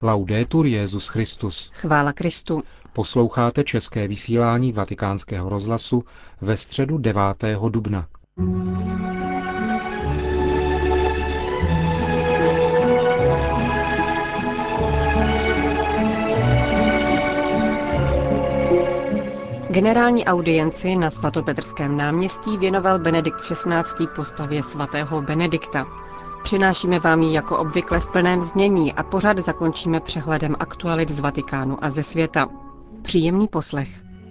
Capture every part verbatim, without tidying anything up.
Laudetur Jesus Christus. Chvála Kristu. Posloucháte české vysílání Vatikánského rozhlasu ve středu devátého dubna. Generální audienci na svatopetrském náměstí věnoval Benedikt šestnáctý. Postavě svatého Benedikta. Přinášíme vám ji jako obvykle v plném znění a pořad zakončíme přehledem aktualit z Vatikánu a ze světa. Příjemný poslech.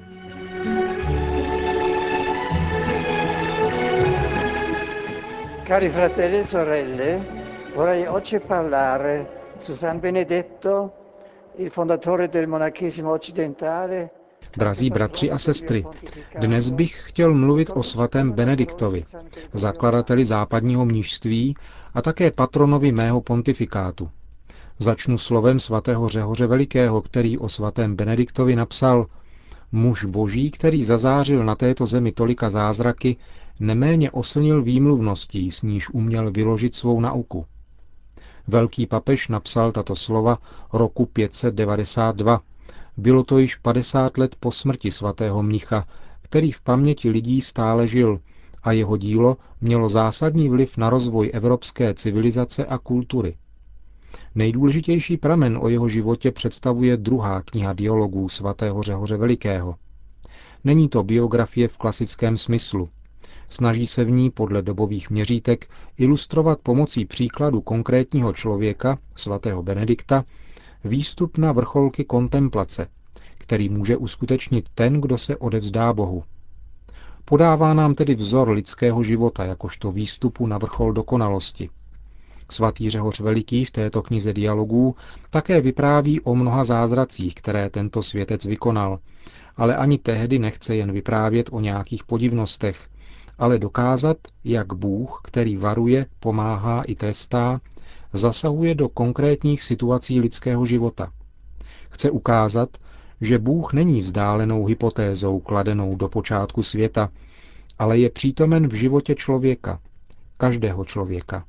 Cari fratelli e sorelle, vorrei oggi parlare su San Benedetto, il fondatore del monachesimo occidentale. Drazí bratři a sestry, dnes bych chtěl mluvit o svatém Benediktovi, zakladateli západního mnišství a také patronovi mého pontifikátu. Začnu slovem svatého Řehoře Velikého, který o svatém Benediktovi napsal: Muž boží, který zazářil na této zemi tolika zázraky, neméně oslnil výmluvností, s níž uměl vyložit svou nauku. Velký papež napsal tato slova roku pět set devadesát dva. Bylo to již padesát let po smrti svatého mnicha, který v paměti lidí stále žil, a jeho dílo mělo zásadní vliv na rozvoj evropské civilizace a kultury. Nejdůležitější pramen o jeho životě představuje druhá kniha dialogů svatého Řehoře Velikého. Není to biografie v klasickém smyslu. Snaží se v ní podle dobových měřítek ilustrovat pomocí příkladu konkrétního člověka, svatého Benedikta, výstup na vrcholky kontemplace, který může uskutečnit ten, kdo se odevzdá Bohu. Podává nám tedy vzor lidského života jakožto výstupu na vrchol dokonalosti. Svatý Řehoř Veliký v této knize dialogů také vypráví o mnoha zázracích, které tento světec vykonal, ale ani tehdy nechce jen vyprávět o nějakých podivnostech, ale dokázat, jak Bůh, který varuje, pomáhá i trestá, zasahuje do konkrétních situací lidského života. Chce ukázat, že Bůh není vzdálenou hypotézou kladenou do počátku světa, ale je přítomen v životě člověka, každého člověka.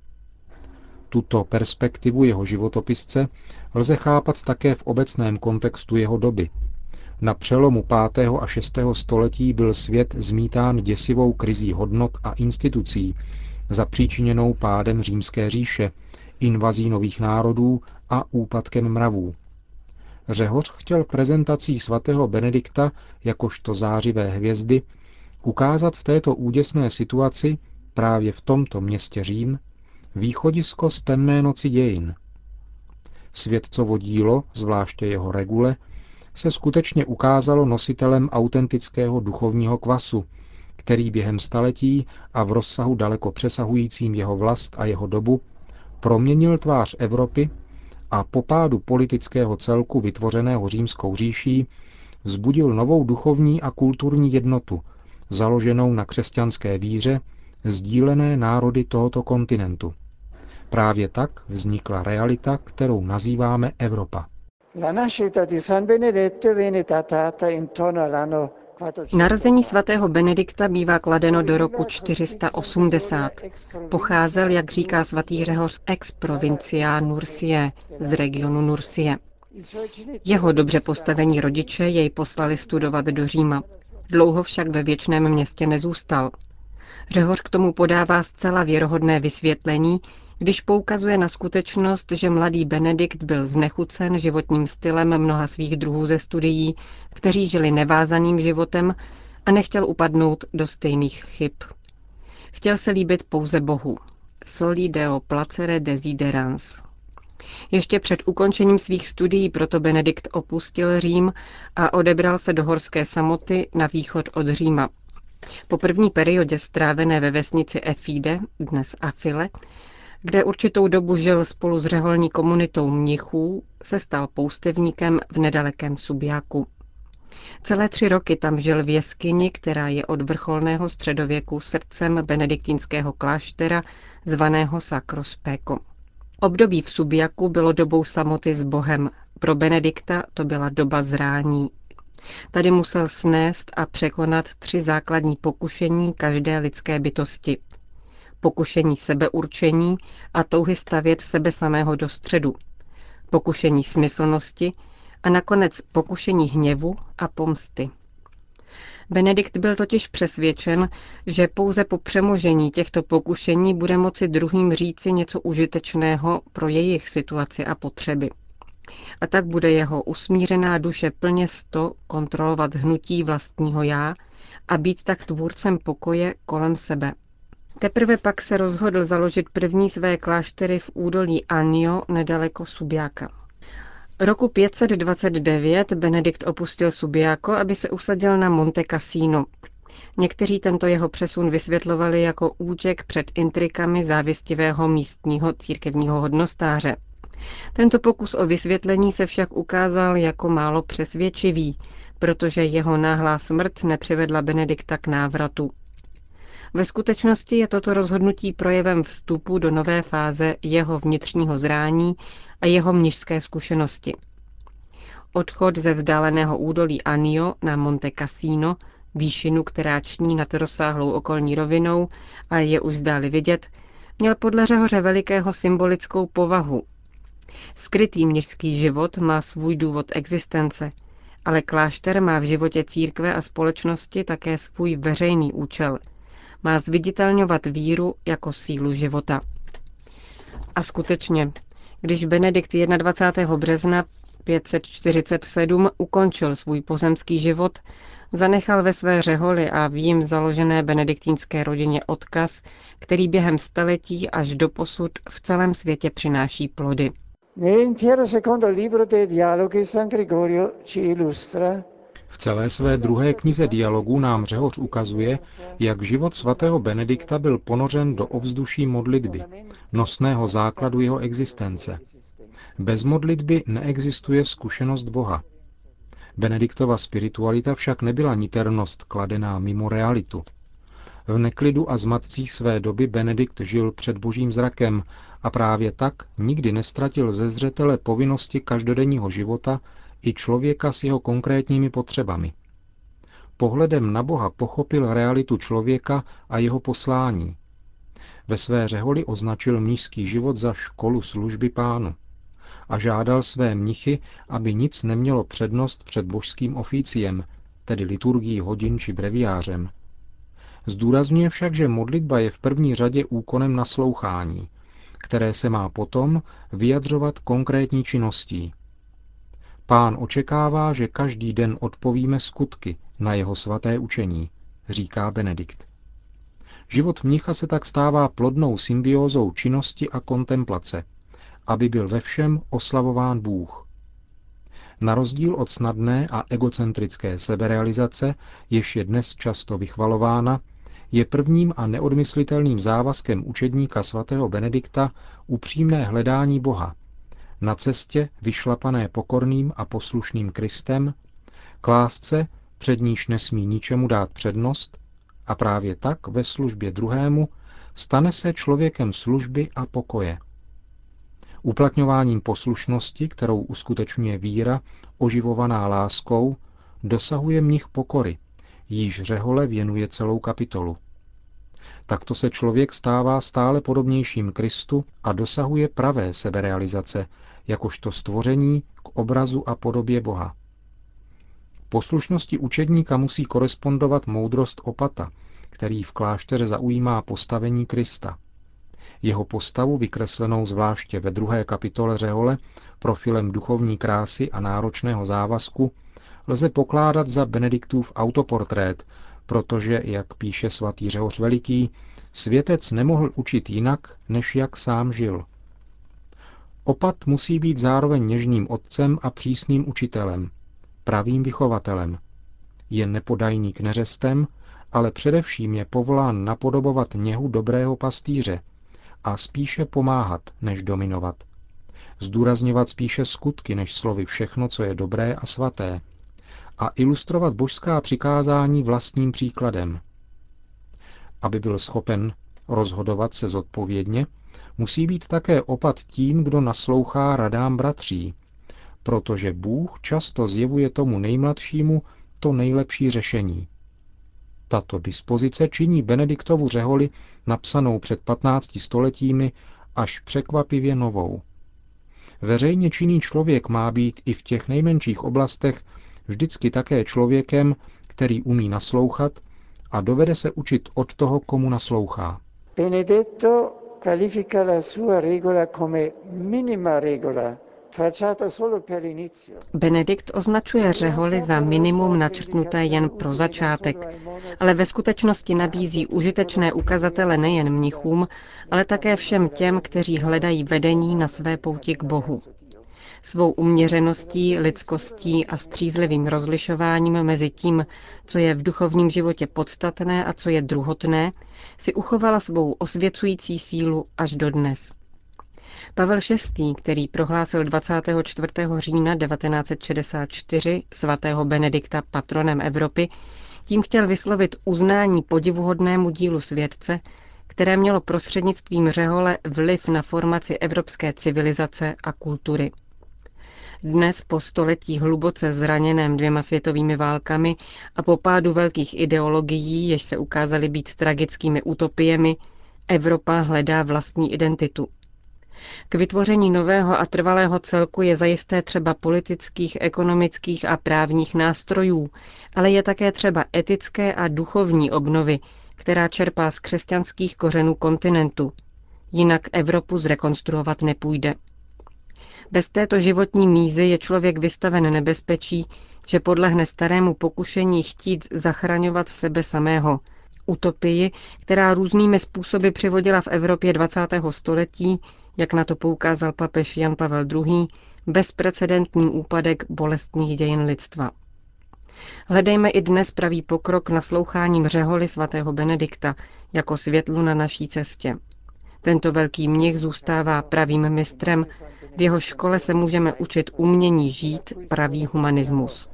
Tuto perspektivu jeho životopisce lze chápat také v obecném kontextu jeho doby. Na přelomu pátého a šestého století byl svět zmítán děsivou krizí hodnot a institucí, zapříčiněnou pádem Římské říše, invazí nových národů a úpadkem mravů. Řehoř chtěl prezentací svatého Benedikta jakožto zářivé hvězdy ukázat v této úděsné situaci, právě v tomto městě Řím, východisko z temné noci dějin. Světcovo dílo, zvláště jeho regule, se skutečně ukázalo nositelem autentického duchovního kvasu, který během staletí a v rozsahu daleko přesahujícím jeho vlast a jeho dobu proměnil tvář Evropy a po pádu politického celku vytvořeného Římskou říší vzbudil novou duchovní a kulturní jednotu, založenou na křesťanské víře, sdílené národy tohoto kontinentu. Právě tak vznikla realita, kterou nazýváme Evropa. Narození svatého Benedikta bývá kladeno do roku čtyři sta osmdesát. Pocházel, jak říká svatý Řehoř, ex provincia Nursie, z regionu Nursie. Jeho dobře postavení rodiče jej poslali studovat do Říma. Dlouho však ve věčném městě nezůstal. Řehoř k tomu podává zcela věrohodné vysvětlení, když poukazuje na skutečnost, že mladý Benedikt byl znechucen životním stylem mnoha svých druhů ze studií, kteří žili nevázaným životem a nechtěl upadnout do stejných chyb. Chtěl se líbit pouze Bohu. Soli deo placere desiderans. Ještě před ukončením svých studií proto Benedikt opustil Řím a odebral se do horské samoty na východ od Říma. Po první periodě strávené ve vesnici Efide, dnes Afile, kde určitou dobu žil spolu s řeholní komunitou mnichů, se stal poustevníkem v nedalekém Subiaku. Celé tři roky tam žil v jeskyni, která je od vrcholného středověku srdcem benediktinského kláštera zvaného Sacro Speco. Období v Subiaku bylo dobou samoty s Bohem. Pro Benedikta to byla doba zrání. Tady musel snést a překonat tři základní pokušení každé lidské bytosti. Pokušení sebeurčení a touhy stavět sebe samého do středu. pokušení smyslnosti a nakonec pokušení hněvu a pomsty. Benedikt byl totiž přesvědčen, že pouze po přemožení těchto pokušení bude moci druhým říci něco užitečného pro jejich situaci a potřeby. A tak bude jeho usmířená duše plně sto kontrolovat hnutí vlastního já a být tak tvůrcem pokoje kolem sebe. Teprve pak se rozhodl založit první své kláštery v údolí Anio nedaleko Subiaca. Roku pět set dvacet devět Benedikt opustil Subiaco, aby se usadil na Monte Cassino. Někteří tento jeho přesun vysvětlovali jako útěk před intrikami závistivého místního církevního hodnostáře. Tento pokus o vysvětlení se však ukázal jako málo přesvědčivý, protože jeho náhlá smrt nepřivedla Benedikta k návratu. Ve skutečnosti je toto rozhodnutí projevem vstupu do nové fáze jeho vnitřního zrání a jeho mnišské zkušenosti. Odchod ze vzdáleného údolí Anio na Monte Cassino, výšinu, která ční nad rozsáhlou okolní rovinou a je už zdáli vidět, měl podle Řehoře Velikého symbolickou povahu. Skrytý mnišský život má svůj důvod existence, ale klášter má v životě církve a společnosti také svůj veřejný účel. Má zviditelňovat víru jako sílu života. A skutečně, když Benedikt dvacátého prvního března pět set čtyřicet sedm ukončil svůj pozemský život, zanechal ve své řeholi a v jím založené benediktínské rodině odkaz, který během staletí až doposud v celém světě přináší plody. V celé své druhé knize dialogů nám Řehoř ukazuje, jak život svatého Benedikta byl ponořen do ovzduší modlitby, nosného základu jeho existence. Bez modlitby neexistuje zkušenost Boha. Benediktova spiritualita však nebyla niternost kladená mimo realitu. V neklidu a zmatcích své doby Benedikt žil před božím zrakem a právě tak nikdy nestratil ze zřetele povinnosti každodenního života i člověka s jeho konkrétními potřebami. Pohledem na Boha pochopil realitu člověka a jeho poslání. Ve své řeholi označil mnišský život za školu služby Pánu a žádal své mnichy, aby nic nemělo přednost před božským oficiem, tedy liturgií hodin či breviářem. Zdůrazňuje však, že modlitba je v první řadě úkonem naslouchání, které se má potom vyjadřovat konkrétní činností. Pán očekává, že každý den odpovíme skutky na jeho svaté učení, říká Benedikt. Život mnicha se tak stává plodnou symbiózou činnosti a kontemplace, aby byl ve všem oslavován Bůh. Na rozdíl od snadné a egocentrické seberealizace, jež je dnes často vychvalována, je prvním a neodmyslitelným závazkem učedníka svatého Benedikta upřímné hledání Boha, na cestě vyšlapané pokorným a poslušným Kristem, k lásce, před níž nesmí ničemu dát přednost, a právě tak ve službě druhému stane se člověkem služby a pokoje. Uplatňováním poslušnosti, kterou uskutečňuje víra, oživovaná láskou, dosahuje mnich pokory, jíž řehole věnuje celou kapitolu. Takto se člověk stává stále podobnějším Kristu a dosahuje pravé seberealizace, jakožto stvoření k obrazu a podobě Boha. Poslušnosti učedníka musí korespondovat moudrost opata, který v klášteře zaujímá postavení Krista. Jeho postavu, vykreslenou zvláště ve druhé kapitole řehole, profilem duchovní krásy a náročného závazku, lze pokládat za Benediktův autoportrét, protože, jak píše svatý Řehoř Veliký, světec nemohl učit jinak, než jak sám žil. Opat musí být zároveň něžným otcem a přísným učitelem, pravým vychovatelem. Je nepodajný k neřestem, ale především je povolán napodobovat něhu dobrého pastýře a spíše pomáhat, než dominovat. Zdůrazňovat spíše skutky, než slovy všechno, co je dobré a svaté. A ilustrovat božská přikázání vlastním příkladem. Aby byl schopen rozhodovat se zodpovědně, musí být také opat tím, kdo naslouchá radám bratří, protože Bůh často zjevuje tomu nejmladšímu to nejlepší řešení. Tato dispozice činí Benediktovu řeholi, napsanou před patnácti stoletími, až překvapivě novou. Veřejně činný člověk má být i v těch nejmenších oblastech vždycky také člověkem, který umí naslouchat a dovede se učit od toho, komu naslouchá. Benedetto qualifica la sua regola come minima regola, tracciata solo per l'inizio. Benedikt označuje řeholy za minimum načrtnuté jen pro začátek, ale ve skutečnosti nabízí užitečné ukazatele nejen mnichům, ale také všem těm, kteří hledají vedení na své pouti k Bohu. Svou uměřeností, lidskostí a střízlivým rozlišováním mezi tím, co je v duchovním životě podstatné a co je druhotné, si uchovala svou osvěcující sílu až dodnes. Pavel šestý., který prohlásil dvacátého čtvrtého října devatenáct set šedesát čtyři svatého Benedikta patronem Evropy, tím chtěl vyslovit uznání podivuhodnému dílu světce, které mělo prostřednictvím řehole vliv na formaci evropské civilizace a kultury. Dnes po století hluboce zraněném dvěma světovými válkami a po pádu velkých ideologií, jež se ukázaly být tragickými utopiemi, Evropa hledá vlastní identitu. K vytvoření nového a trvalého celku je zajisté třeba politických, ekonomických a právních nástrojů, ale je také třeba etické a duchovní obnovy, která čerpá z křesťanských kořenů kontinentu. Jinak Evropu zrekonstruovat nepůjde. Bez této životní mízy je člověk vystaven nebezpečí, že podlehne starému pokušení chtít zachraňovat sebe samého. Utopii, která různými způsoby přivodila v Evropě dvacátého století, jak na to poukázal papež Jan Pavel druhý., bezprecedentní úpadek bolestných dějin lidstva. Hledejme i dnes pravý pokrok nasloucháním řeholy svatého Benedikta jako světlu na naší cestě. Tento velký mnich zůstává pravým mistrem, v jeho škole se můžeme učit umění žít pravý humanismus.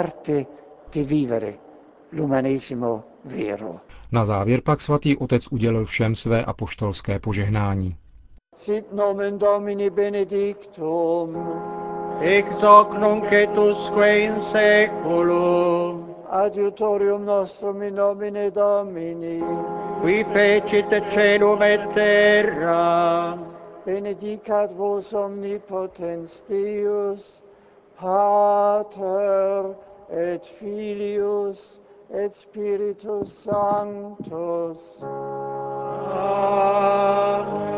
Na závěr pak svatý otec udělil všem své apoštolské požehnání. Sit nomen Domini benedictum, ex hoc nunc et usque in seculum, adiutorium nostrum in nomine Domini, qui fecit caelum et terra, benedicat vos omnipotens Deus, Pater et Filius et Spiritus Sanctus. Amen.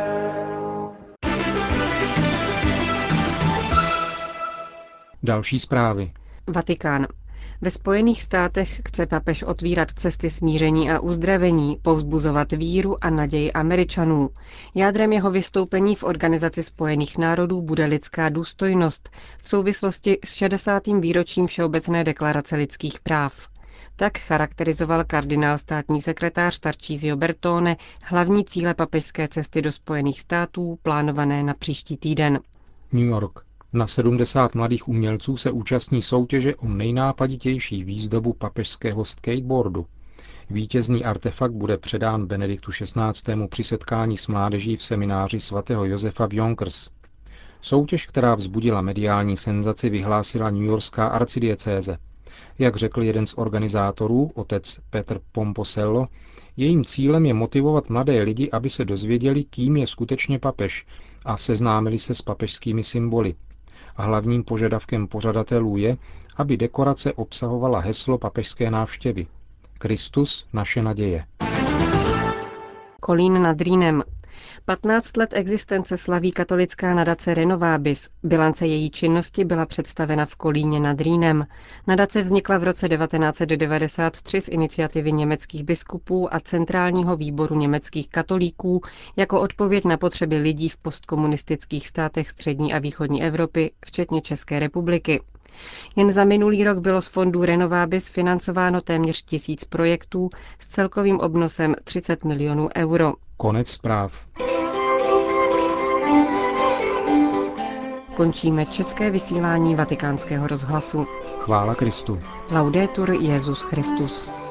Další zprávy. Vatikán. Ve Spojených státech chce papež otvírat cesty smíření a uzdravení, povzbuzovat víru a naději Američanů. Jádrem jeho vystoupení v Organizaci spojených národů bude lidská důstojnost v souvislosti s šedesátým výročím Všeobecné deklarace lidských práv. Tak charakterizoval kardinál státní sekretář Tarcísio Bertone hlavní cíle papežské cesty do Spojených států plánované na příští týden. New York. Na sedmdesát mladých umělců se účastní soutěže o nejnápaditější výzdobu papežského skateboardu. Vítězný artefakt bude předán Benediktu šestnáctému při setkání s mládeží v semináři svatého Josefa v Yonkers. Soutěž, která vzbudila mediální senzaci, vyhlásila newyorská arcidiecéze. Jak řekl jeden z organizátorů, otec Petr Pomposello, jejím cílem je motivovat mladé lidi, aby se dozvěděli, kým je skutečně papež a seznámili se s papežskými symboly. A hlavním požadavkem pořadatelů je, aby dekorace obsahovala heslo papežské návštěvy. Kristus, naše naděje. Kolín nad Rýnem. patnáct let existence slaví katolická nadace Renovabis. Bilance její činnosti byla představena v Kolíně nad Rýnem. Nadace vznikla v roce devatenáct set devadesát tři z iniciativy německých biskupů a Centrálního výboru německých katolíků jako odpověď na potřeby lidí v postkomunistických státech střední a východní Evropy, včetně České republiky. Jen za minulý rok bylo z fondů Renovabis financováno téměř tisíc projektů s celkovým obnosem třicet milionů euro. Konec zpráv. Končíme české vysílání Vatikánského rozhlasu. Chvála Kristu. Laudetur Jesus Christus.